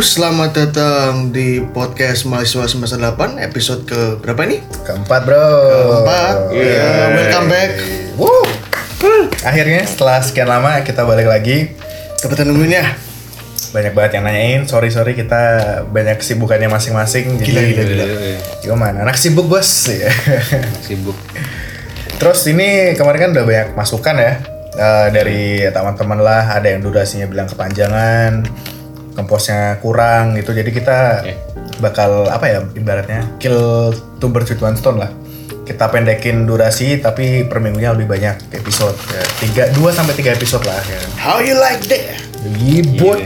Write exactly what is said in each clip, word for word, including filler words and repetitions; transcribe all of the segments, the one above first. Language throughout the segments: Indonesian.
selamat datang di podcast Mahasiswa Semester delapan episode ke berapa ini? Keempat bro. Keempat. Yeah. Yeah, welcome back. Woo. Akhirnya setelah sekian lama kita balik lagi. Dapat nungguin ya? Banyak banget yang nanyain. Sorry sorry kita banyak kesibukannya masing-masing. Gila jadi, gila gila. Gimana? Anak sibuk bos. Anak sibuk. Terus ini kemarin kan udah banyak masukan ya uh, dari teman-teman lah. Ada yang durasinya bilang kepanjangan, komposnya kurang gitu. Jadi kita okay. bakal apa ya ibaratnya kill two birds with one stone lah. Kita pendekin durasi tapi per minggunya lebih banyak episode. Ya, tiga, dua sampai tiga episode lah ya. How you like that? Ribut.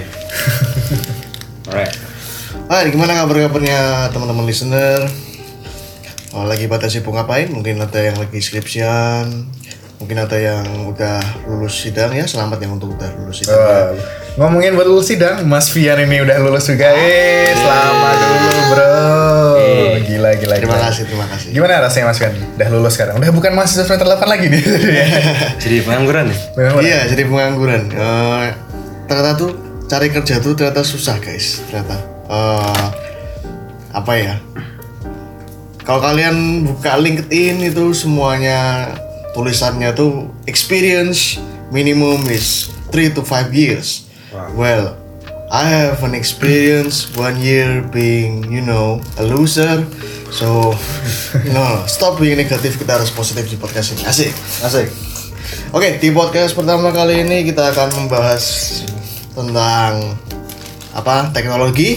Alright. Ah, gimana kabar-kabarnya teman-teman listener? Oh, lagi pada sibuk ngapain? Mungkin ada yang lagi skripsian, mungkin ada yang udah lulus sidang ya. Selamat yang untuk udah lulus sidang. Uh, ngomongin buat lulus sidang, Mas Fian ini udah lulus juga. Eh, selamat dulu bro. Eee. Gila gila. Terima gila. kasih, terima kasih. Gimana rasanya Mas Fian? Udah lulus sekarang? Udah bukan mahasiswa semester delapan lagi nih. Jadi pengangguran nih? Iya, jadi pengangguran. Uh, ternyata tuh cari kerja tuh ternyata susah guys. Ternyata. Uh, apa ya? Kalau kalian buka LinkedIn itu semuanya tulisannya tuh experience minimum is three to five years. Wow. Well, I have an experience one year being, you know, a loser. So, no, stop being negatif, kita harus positif di podcast ini. Asik, asik. Oke, di podcast pertama kali ini kita akan membahas tentang apa? Teknologi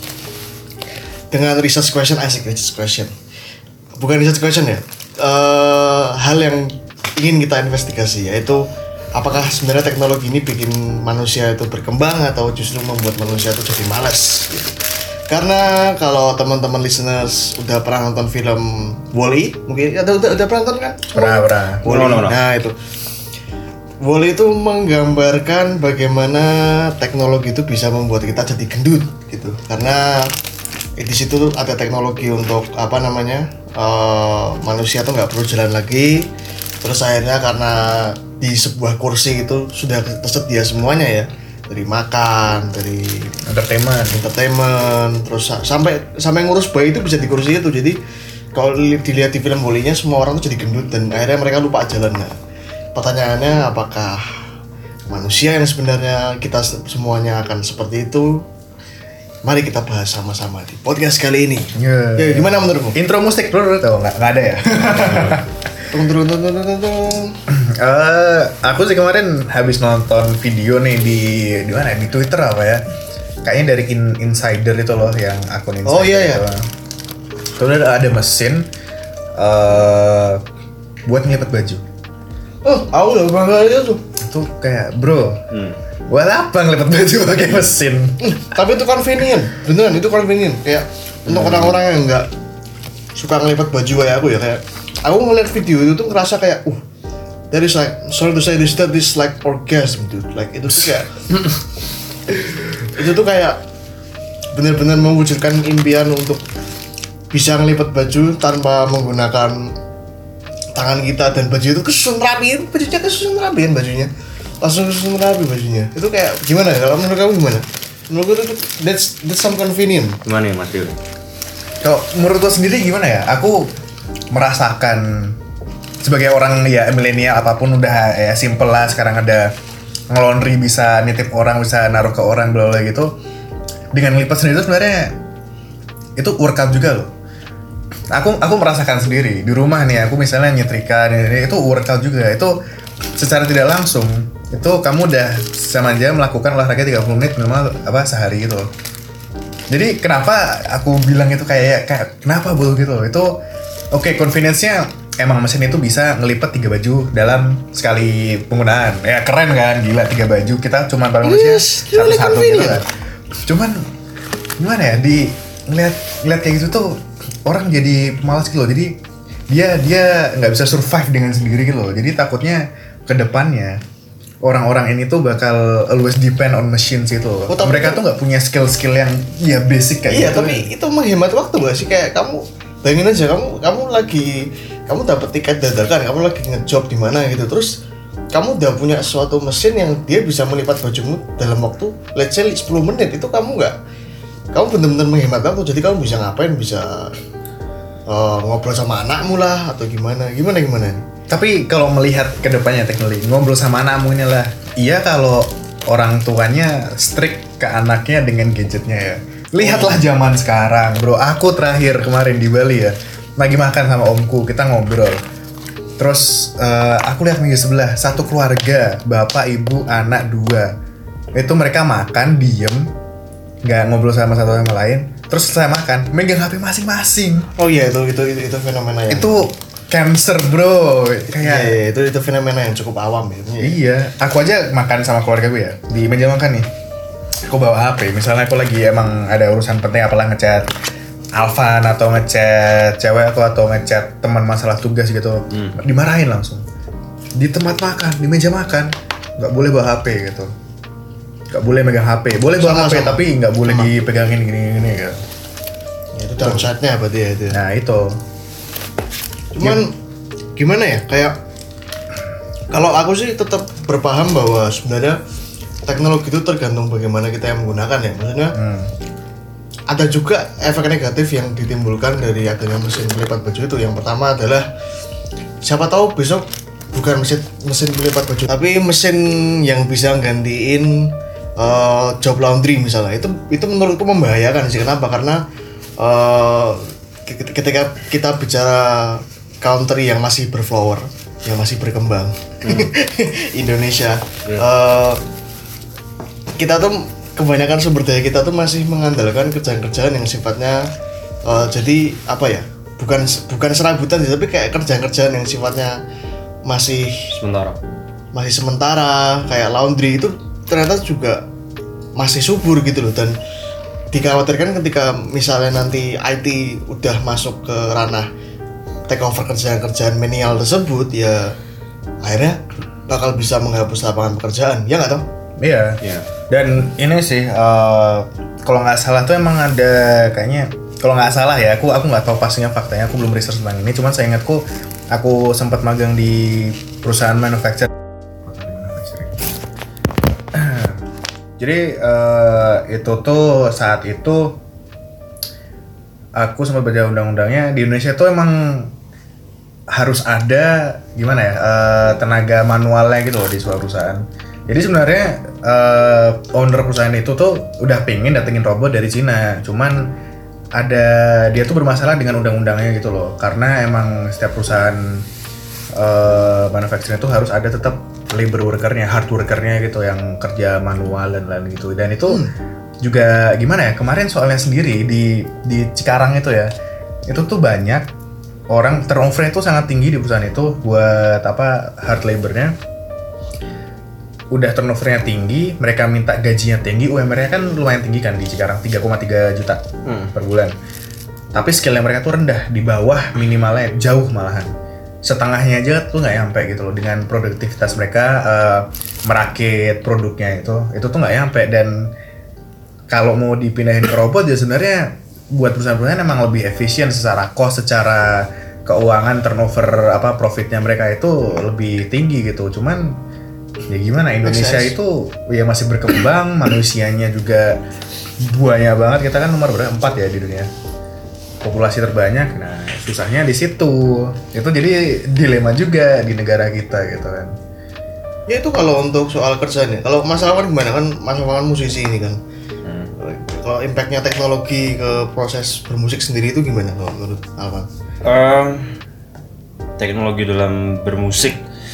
dengan research question, asik research question. Bukan research question ya, uh, hal yang ingin kita investigasi yaitu apakah sebenarnya teknologi ini bikin manusia itu berkembang atau justru membuat manusia itu jadi malas gitu. Karena kalau teman-teman listeners udah pernah nonton film Wall-E, mungkin ada udah, udah pernah nonton kan? Pernah pernah. Wall-E. No, no, no. Nah itu Wall-E itu menggambarkan bagaimana teknologi itu bisa membuat kita jadi gendut gitu. Karena di situ ada teknologi untuk apa namanya uh, manusia tuh nggak perlu jalan lagi. Terus akhirnya karena di sebuah kursi itu sudah tersedia semuanya ya, dari makan, dari entertainment, entertainment, terus sampai sampai ngurus bayi itu bisa di kursi itu. Jadi kalau dilihat di film Wall-E-nya semua orang tuh jadi gendut dan akhirnya mereka lupa jalan. Nah, pertanyaannya apakah manusia yang sebenarnya kita semuanya akan seperti itu? Mari kita bahas sama-sama di podcast kali ini. Yeah. Ya, gimana menurutmu? Intro musik dulu tuh nggak nggak ada ya? Tung tung tung tung tung tung. Uh, aku sih kemarin habis nonton video nih di di mana? Di Twitter apa ya? Kayaknya dari in, Insider itu loh yang akun Insider. Oh iya ya. Soalnya ada, ada mesin uh, buat ngelipat baju. Oh, aku udah pernah lihat tuh. Itu kayak bro. Hmm. Buat apa ngelipat baju pakai mesin? Hmm, tapi itu convenient, beneran itu convenient. Kayak hmm. untuk orang-orang yang nggak suka ngelipat baju kayak aku ya, kayak aku ngeliat video itu tuh ngerasa kayak, uh, that is like, sorry to say this, that is like orgasm dude. Like itu tuh kayak, itu tuh kayak bener-bener mewujudkan impian untuk bisa ngelipat baju tanpa menggunakan tangan kita dan baju itu kesusun rapi, bajunya kesusun rapi kan bajunya. Langsung kesusun rapi bajunya. Itu kayak gimana ya? Kalau menurut kamu gimana? Menurut gue itu that's that's some convenient. Gimana ya Mas Dio? Kalau menurut lo sendiri gimana ya? Aku merasakan sebagai orang ya milenial apapun udah ya simple lah. Sekarang ada ngelondri, bisa nitip orang, bisa naruh ke orang bla bla gitu. Dengan lipat sendiri itu sebenarnya itu workout juga loh. Aku aku merasakan sendiri di rumah nih. Aku misalnya nyetrika ini itu workout juga. Itu secara tidak langsung itu kamu udah sama aja melakukan olahraga tiga puluh menit minimal apa sehari gitu. Jadi kenapa aku bilang itu kayak kayak kenapa bro gitu. Itu oke okay, convenience-nya emang mesin itu bisa ngelipat tiga baju dalam sekali penggunaan. Ya keren kan, gila tiga baju kita cuma paling yes, satu-satu gitu kan. Cuman gimana ya di ngeliat ngeliat kayak gitu tuh orang jadi malas gitu loh. Jadi dia dia nggak bisa survive dengan sendiri gitu loh. Jadi takutnya ke depannya orang-orang ini tuh bakal always depend on machines gitu loh. Oh, mereka tuh nggak punya skill-skill yang ya basic kayak iya, gitu. Iya, tapi itu menghemat waktu gak sih? Kayak kamu bayangin aja kamu kamu lagi kamu dapat tiket dadakan, kamu lagi ngejob di mana gitu. Terus kamu udah punya suatu mesin yang dia bisa melipat bajumu dalam waktu let's say sepuluh menit. Itu kamu nggak kamu benar-benar menghemat waktu. Jadi kamu bisa ngapain, bisa uh, ngobrol sama anakmu lah atau gimana, gimana gimana. Tapi kalau melihat ke depannya teknologi, ngobrol sama anakmu ini lah. Iya kalau orang tuanya strict ke anaknya dengan gadgetnya ya. Lihatlah zaman sekarang, bro. Aku terakhir kemarin di Bali ya, lagi makan sama omku, kita ngobrol. Terus uh, aku lihat minggu sebelah, satu keluarga, bapak, ibu, anak dua. Itu mereka makan, diem, nggak ngobrol sama satu sama lain. Terus saya makan, megang H P masing-masing. Oh iya itu itu itu, itu fenomena yang Itu cancer, bro. Iya, Kayak iya, itu itu fenomena yang cukup awam ya. iya, aku aja makan sama keluarga gue ya, di meja makan nih. Aku bawa H P, misalnya aku lagi emang ada urusan penting apalah ngechat Alvan atau ngechat cewek aku atau ngechat teman masalah tugas gitu, hmm. dimarahin langsung. Di tempat makan, di meja makan, nggak boleh bawa H P gitu. Nggak boleh megang H P, boleh bawa Sama, H P sama. tapi nggak boleh Sama. dipegangin gini-gini gitu. Ya, itu downside-nya berarti ya itu. Nah itu. Cuman gimana ya, kayak kalau aku sih tetap berpaham bahwa sebenarnya teknologi itu tergantung bagaimana kita yang menggunakan ya. Maksudnya Hmm. ada juga efek negatif yang ditimbulkan dari adanya mesin pelipat baju itu. Yang pertama adalah siapa tahu besok bukan mesin mesin pelipat baju tapi mesin yang bisa gantiin uh, job laundry misalnya. Itu itu menurutku membahayakan sih. Kenapa? Karena uh, ketika kita bicara country yang masih berflower, yang masih berkembang, hmm. Indonesia, yeah. uh, kita tuh kebanyakan sumber daya kita tuh masih mengandalkan kerjaan-kerjaan yang sifatnya uh, jadi apa ya, bukan bukan serabutan sih, tapi kayak kerjaan-kerjaan yang sifatnya masih sementara masih sementara kayak laundry itu ternyata juga masih subur gitu loh. Dan dikhawatirkan ketika misalnya nanti I T udah masuk ke ranah take over kerjaan-kerjaan menial tersebut, ya akhirnya bakal bisa menghapus lapangan pekerjaan, ya nggak toh? Iya. Iya. Dan ini sih uh, kalau nggak salah tuh emang ada kayaknya, kalau nggak salah ya, aku aku nggak tahu pastinya faktanya, aku belum research tentang ini. Cuman saya ingatku aku sempat magang di perusahaan manufacturing. Jadi uh, itu tuh saat itu aku sempat baca undang-undangnya di Indonesia tuh emang harus ada gimana ya uh, tenaga manualnya gitu loh di sebuah perusahaan. Jadi sebenarnya uh, owner perusahaan itu tuh udah pengen datengin robot dari Cina, cuman ada dia tuh bermasalah dengan undang-undangnya gitu loh, karena emang setiap perusahaan uh, manufacturing itu harus ada tetap labor workernya, hard workernya gitu yang kerja manual dan lain gitu. Dan itu hmm. juga gimana ya, kemarin soalnya sendiri di di Cikarang itu ya, itu tuh banyak orang turnover itu sangat tinggi di perusahaan itu buat apa hard labornya. Udah turnovernya tinggi, mereka minta gajinya tinggi, U M R-nya kan lumayan tinggi kan di Cikarang, tiga koma tiga juta hmm. per bulan. Tapi skillnya mereka tuh rendah, di bawah minimalnya jauh malahan. Setengahnya aja tuh nggak nyampe gitu loh, dengan produktivitas mereka uh, merakit produknya itu, itu tuh nggak nyampe. Dan kalau mau dipindahin ke robot ya sebenarnya buat perusahaan-perusahaan emang lebih efisien secara cost, secara keuangan, turnover apa profitnya mereka itu lebih tinggi gitu. Cuman ya gimana, Indonesia itu ya masih berkembang, manusianya juga banyak banget, kita kan nomor berapa? empat ya di dunia, populasi terbanyak. Nah susahnya di situ, itu jadi dilema juga di negara kita gitu kan. Ya itu kalau untuk soal kerjaan ya. Kalau masalah kan gimana, kan masalah musisi ini kan, hmm. kalau impactnya teknologi ke proses bermusik sendiri itu gimana kalau menurut Alvan? Um, teknologi dalam bermusik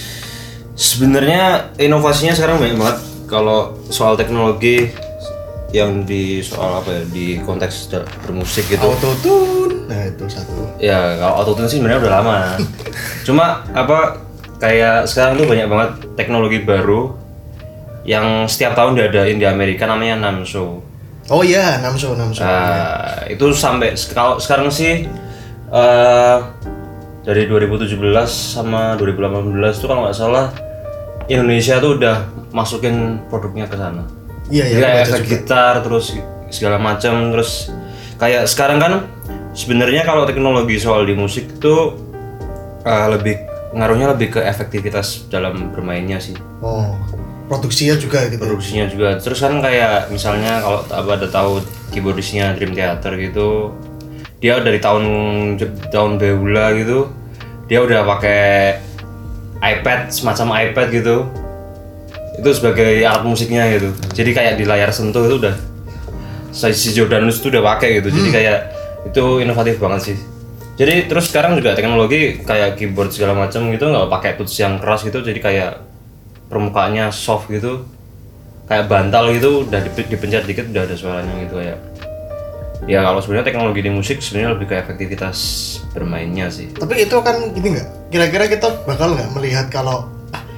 sebenarnya inovasinya sekarang banyak banget. Kalau soal teknologi yang di soal apa ya, di konteks bermusik gitu, autotune, nah itu satu ya. Kalau autotune sih sebenarnya udah lama. Cuma apa, kayak sekarang tuh banyak banget teknologi baru yang setiap tahun diadain di Amerika, namanya NAMM. Oh iya, NAMM, NAMM. Nah, itu sampai kalau sekarang sih uh, dari dua ribu tujuh belas sama dua ribu delapan belas tuh kalau nggak salah Indonesia tuh udah masukin produknya ke sana. Iya, iya. Kayak efek gitar terus segala macam, terus kayak sekarang kan sebenarnya kalau teknologi soal di musik itu uh, lebih ngaruhnya lebih ke efektivitas dalam bermainnya sih. Oh. produksinya juga gitu. Produksinya juga. Terus kan kayak misalnya kalau apa ada tahu keyboardisnya Dream Theater gitu, dia dari tahun tahun Beula gitu, dia udah pakai iPad, semacam iPad gitu. Itu sebagai alat musiknya gitu. Jadi kayak di layar sentuh itu udah si Jordanus itu udah pakai gitu. Jadi kayak itu inovatif banget sih. Jadi terus sekarang juga teknologi kayak keyboard segala macam gitu nggak pakai tools yang keras gitu, jadi kayak permukaannya soft gitu, kayak bantal gitu, udah dipencet dikit udah ada suaranya gitu kayak. Ya kalau sebenarnya teknologi di musik sebenarnya lebih ke efektivitas bermainnya sih. Tapi itu kan gini nggak? Kira-kira kita bakal nggak melihat kalau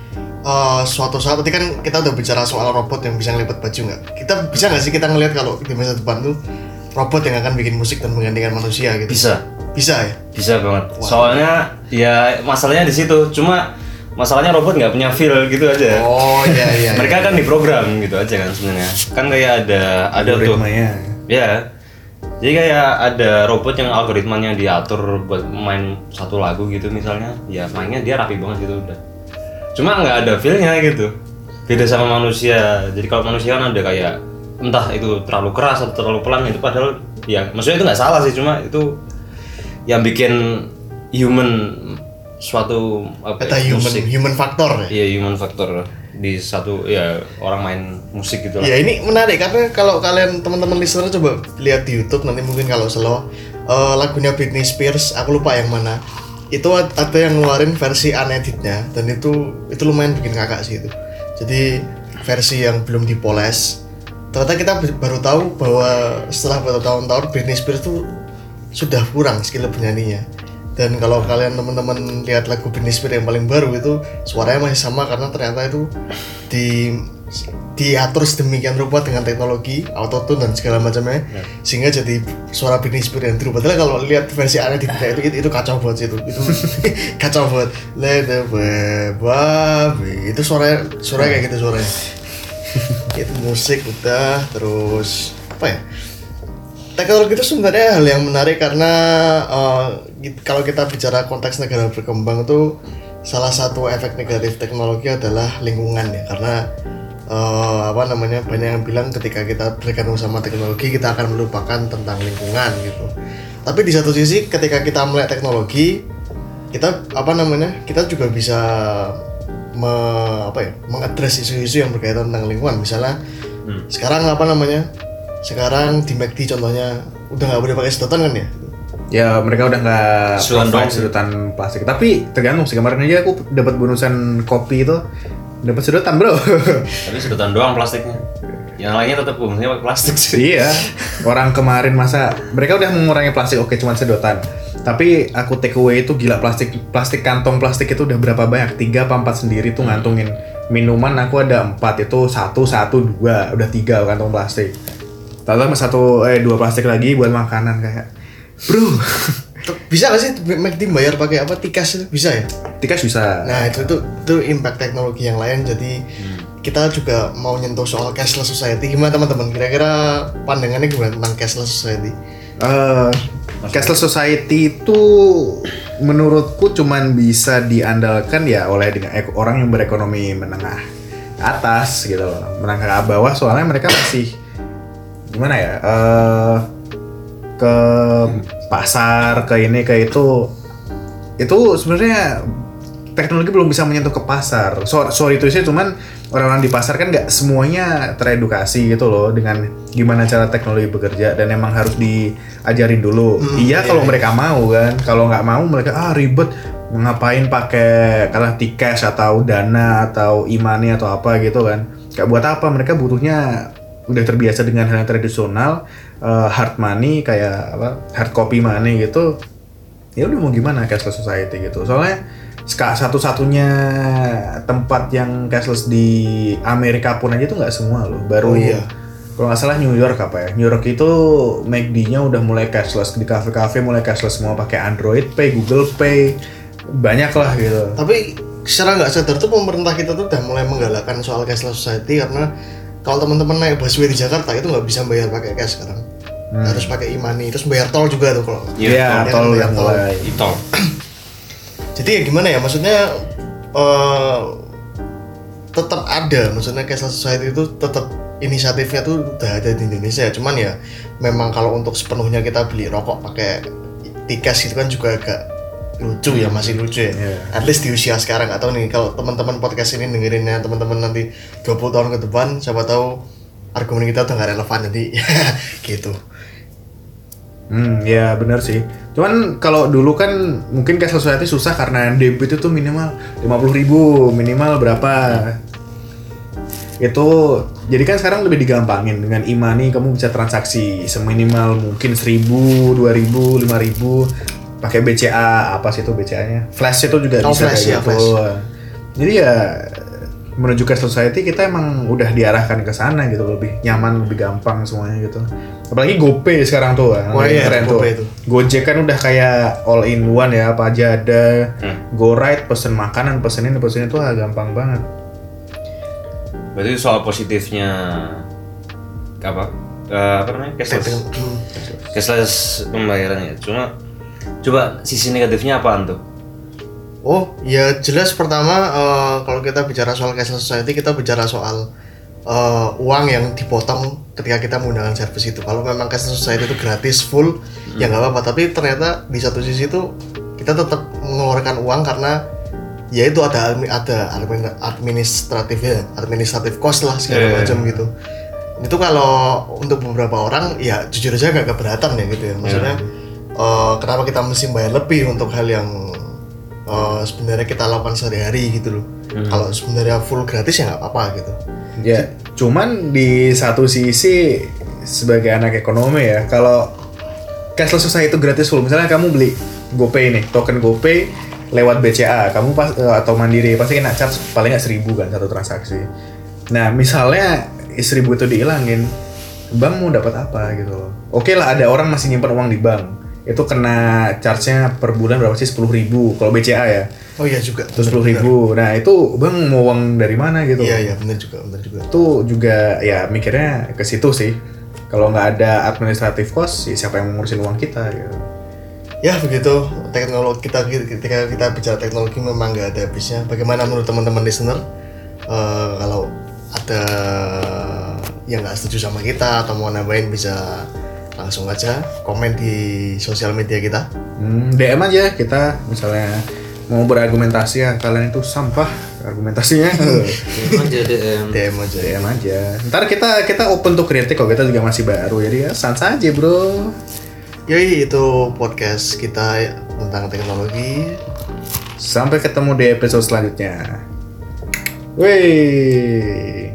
uh, suatu saat tadi kan kita udah bicara soal robot yang bisa ngelipat baju nggak? Kita bisa nggak sih kita ngelihat kalau di masa depan tuh robot yang akan bikin musik dan menggantikan manusia gitu? Bisa. Bisa ya? Bisa banget. Wow. Soalnya ya masalahnya di situ. Cuma masalahnya robot nggak punya feel gitu aja. Oh iya iya. Mereka iya. kan diprogram gitu aja kan sebenarnya. Kan kayak ada ada tuh. Ya. Jadi kayak ada robot yang algoritmanya diatur buat main satu lagu gitu misalnya. Ya mainnya dia rapi banget gitu udah. Cuma nggak ada feel-nya gitu. Beda sama manusia. Jadi kalau manusia kan ada kayak entah itu terlalu keras atau terlalu pelan itu padahal ya maksudnya itu nggak salah sih, cuma itu yang bikin human suatu apa Kata ya, human musik. human factor ya. Iya, human factor di satu ya orang main musik gitu lah. Ya ini menarik karena kalau kalian teman-teman listener coba lihat di YouTube nanti mungkin kalau slow uh, lagunya Britney Spears, aku lupa yang mana. Itu ada yang ngeluarin versi uneditnya dan itu itu lumayan bikin kakak sih itu. Jadi versi yang belum dipoles. Ternyata kita baru tahu bahwa setelah bertahun-tahun Britney Spears tuh sudah kurang skill penyanyinya. Dan kalau kalian teman-teman lihat lagu Britney Spears yang paling baru itu suaranya masih sama karena ternyata itu di diatur sedemikian rupa dengan teknologi autotune dan segala macamnya ya. Sehingga jadi suara Britney Spears yang true. Padahal kalau lihat versi aneh di itu, itu itu kacau banget sih itu. Itu kacau banget. Let the baby. Itu suaranya suaranya kayak gitu suaranya. Itu musik udah, terus apa ya? Teknologi itu sebenarnya hal yang menarik karena uh, kalau kita bicara konteks negara berkembang itu salah satu efek negatif teknologi adalah lingkungan ya, karena uh, apa namanya banyak yang bilang ketika kita bergantung sama teknologi kita akan melupakan tentang lingkungan gitu. Tapi di satu sisi ketika kita melihat teknologi kita apa namanya kita juga bisa me, apa ya mengadres isu-isu yang berkaitan tentang lingkungan. Misalnya hmm. sekarang apa namanya sekarang di McD contohnya udah nggak boleh pakai sedotan kan ya? Ya mereka udah nggak provide sedotan plastik. Tapi tergantung sih, kemarin aja aku dapat bonusan kopi itu dapat sedotan bro. Tapi sedotan doang plastiknya. Yang lainnya tetap umumnya pakai plastik sih. Iya. Orang kemarin masa mereka udah mengurangi plastik, oke cuma sedotan. Tapi aku take away itu gila, plastik plastik kantong plastik itu udah berapa banyak? Tiga apa empat sendiri tuh ngantongin minuman. Aku ada empat, itu satu satu dua udah tiga kantong plastik. Tambah satu eh dua plastik lagi buat makanan kayak bro. Bisa nggak sih McD bayar pakai apa tikas itu bisa ya? Tikas bisa. Nah itu itu itu impact teknologi yang lain. Jadi hmm. kita juga mau nyentuh soal cashless society. Gimana teman-teman? Kira-kira pandangannya gimana tentang cashless society? Uh, cashless society itu menurutku cuman bisa diandalkan ya oleh dengan orang yang berekonomi menengah atas gitu loh. Menengah ke bawah soalnya mereka masih gimana ya? Uh, ke pasar, ke ini, ke itu, itu sebenarnya teknologi belum bisa menyentuh ke pasar. So, sorry itu sih, cuman orang-orang di pasar kan nggak semuanya teredukasi gitu loh dengan gimana cara teknologi bekerja dan emang harus diajarin dulu. Hmm, iya, iya kalau iya. mereka mau kan, kalau nggak mau mereka ah ribet, ngapain pakai kata T-Cash atau Dana atau e-money atau apa gitu kan? Kayak buat apa? Mereka butuhnya udah terbiasa dengan hal yang tradisional, uh, hard money kayak apa hard copy money gitu. Ya udah mau gimana cashless society gitu. Soalnya satu-satunya tempat yang cashless di Amerika pun aja tuh nggak semua loh. Baru oh, iya. Kalau nggak salah New York apa ya? New York itu McD-nya udah mulai cashless, di cafe-cafe mulai cashless semua pakai Android Pay, Google Pay, banyak lah gitu. Tapi secara nggak sadar tuh pemerintah kita tuh udah mulai menggalakkan soal cashless society karena kalau teman-teman naik busway di Jakarta itu nggak bisa bayar pakai cash sekarang, hmm. harus pakai e-money, terus bayar tol juga tuh kalau. Iya, ya, tol yang mulai. Tol. Jadi ya gimana ya, maksudnya uh, tetap ada, maksudnya cashless society itu tetap inisiatifnya tuh udah ada di Indonesia, cuman ya memang kalau untuk sepenuhnya kita beli rokok pakai tiket gitu kan juga agak lucu ya, masih lucu ya. Yeah. At least di usia sekarang, atau nih kalau teman-teman podcast ini dengerinnya teman-teman nanti dua puluh tahun ke depan, siapa tahu argumen kita udah gak relevan, jadi gitu. Hmm, ya benar sih. Cuman kalau dulu kan mungkin cashless society susah karena debit itu minimal lima puluh ribu, minimal berapa. Itu jadi kan sekarang lebih digampangin dengan e-money, kamu bisa transaksi seminimal mungkin seribu, dua ribu, lima ribu pakai B C A, apa sih itu B C A-nya? Flash itu juga Oh, bisa Flash, kayak ya, gitu. Flash. Jadi ya menuju cashless society kita emang udah diarahkan ke sana gitu, lebih nyaman, lebih gampang semuanya gitu. Apalagi GoPay sekarang tuh, Wah, yang iya, keren tuh. GoPay tuh. Gojek kan udah kayak all in one ya, apa aja ada. Hmm. GoRide pesen makanan, pesen ini, pesen itu, ah, gampang banget. Berarti soal positifnya apa? Eh, apa namanya? Cashless. Hmm. Cashless pembayaran ya. Cuma coba sisi negatifnya apaan tuh? Oh, ya jelas pertama eh, kalau kita bicara soal cashless society, kita bicara soal eh, uang yang dipotong ketika kita menggunakan service itu. Kalau memang cashless society itu gratis full, ya nggak apa-apa. Tapi ternyata di satu sisi itu kita tetap mengeluarkan uang karena ya itu ada admi- ada admin- administratifnya, administratif cost lah segala Iya, iya. macam gitu. Itu kalau untuk beberapa orang ya jujur aja agak keberatan ya gitu ya. Maksudnya eh, kenapa kita mesti bayar lebih untuk hal yang eh, sebenarnya kita lakukan sehari-hari gitu loh. Kalau sebenarnya full gratis ya nggak apa-apa gitu. Ya, cuman di satu sisi sebagai anak ekonomi ya, kalau cashless society itu gratis full, misalnya kamu beli GoPay nih, token GoPay lewat B C A, kamu pas eh, atau Mandiri pasti kena charge paling nggak seribu kan satu transaksi. Nah, misalnya seribu itu dihilangin, bank mau dapat apa gitu loh. Oke lah, ada orang masih nyimpan uang di bank, itu kena charge-nya per bulan berapa sih, sepuluh ribu kalau B C A ya. Oh iya juga. Terus sepuluh ribu. Nah, itu bang mau uang dari mana gitu. Iya iya benar juga benar juga. Itu juga ya mikirnya ke situ sih. Kalau nggak ada administrative cost, ya siapa yang ngurusin uang kita gitu. Ya begitu teknologi kita ketika kita bicara teknologi memang nggak ada habisnya. Bagaimana menurut teman-teman listener? Eh, kalau ada yang nggak setuju sama kita atau mau nambahin bisa langsung aja komen di sosial media kita. Hmm, D M aja kita misalnya mau berargumentasi ya kalian itu sampah argumentasinya. Aja D M. D M aja D ya. M aja. Ntar kita kita open to kritik kok, kita juga masih baru jadi ya sans aja bro. Yoi, itu podcast kita tentang teknologi. Sampai ketemu di episode selanjutnya. Wih.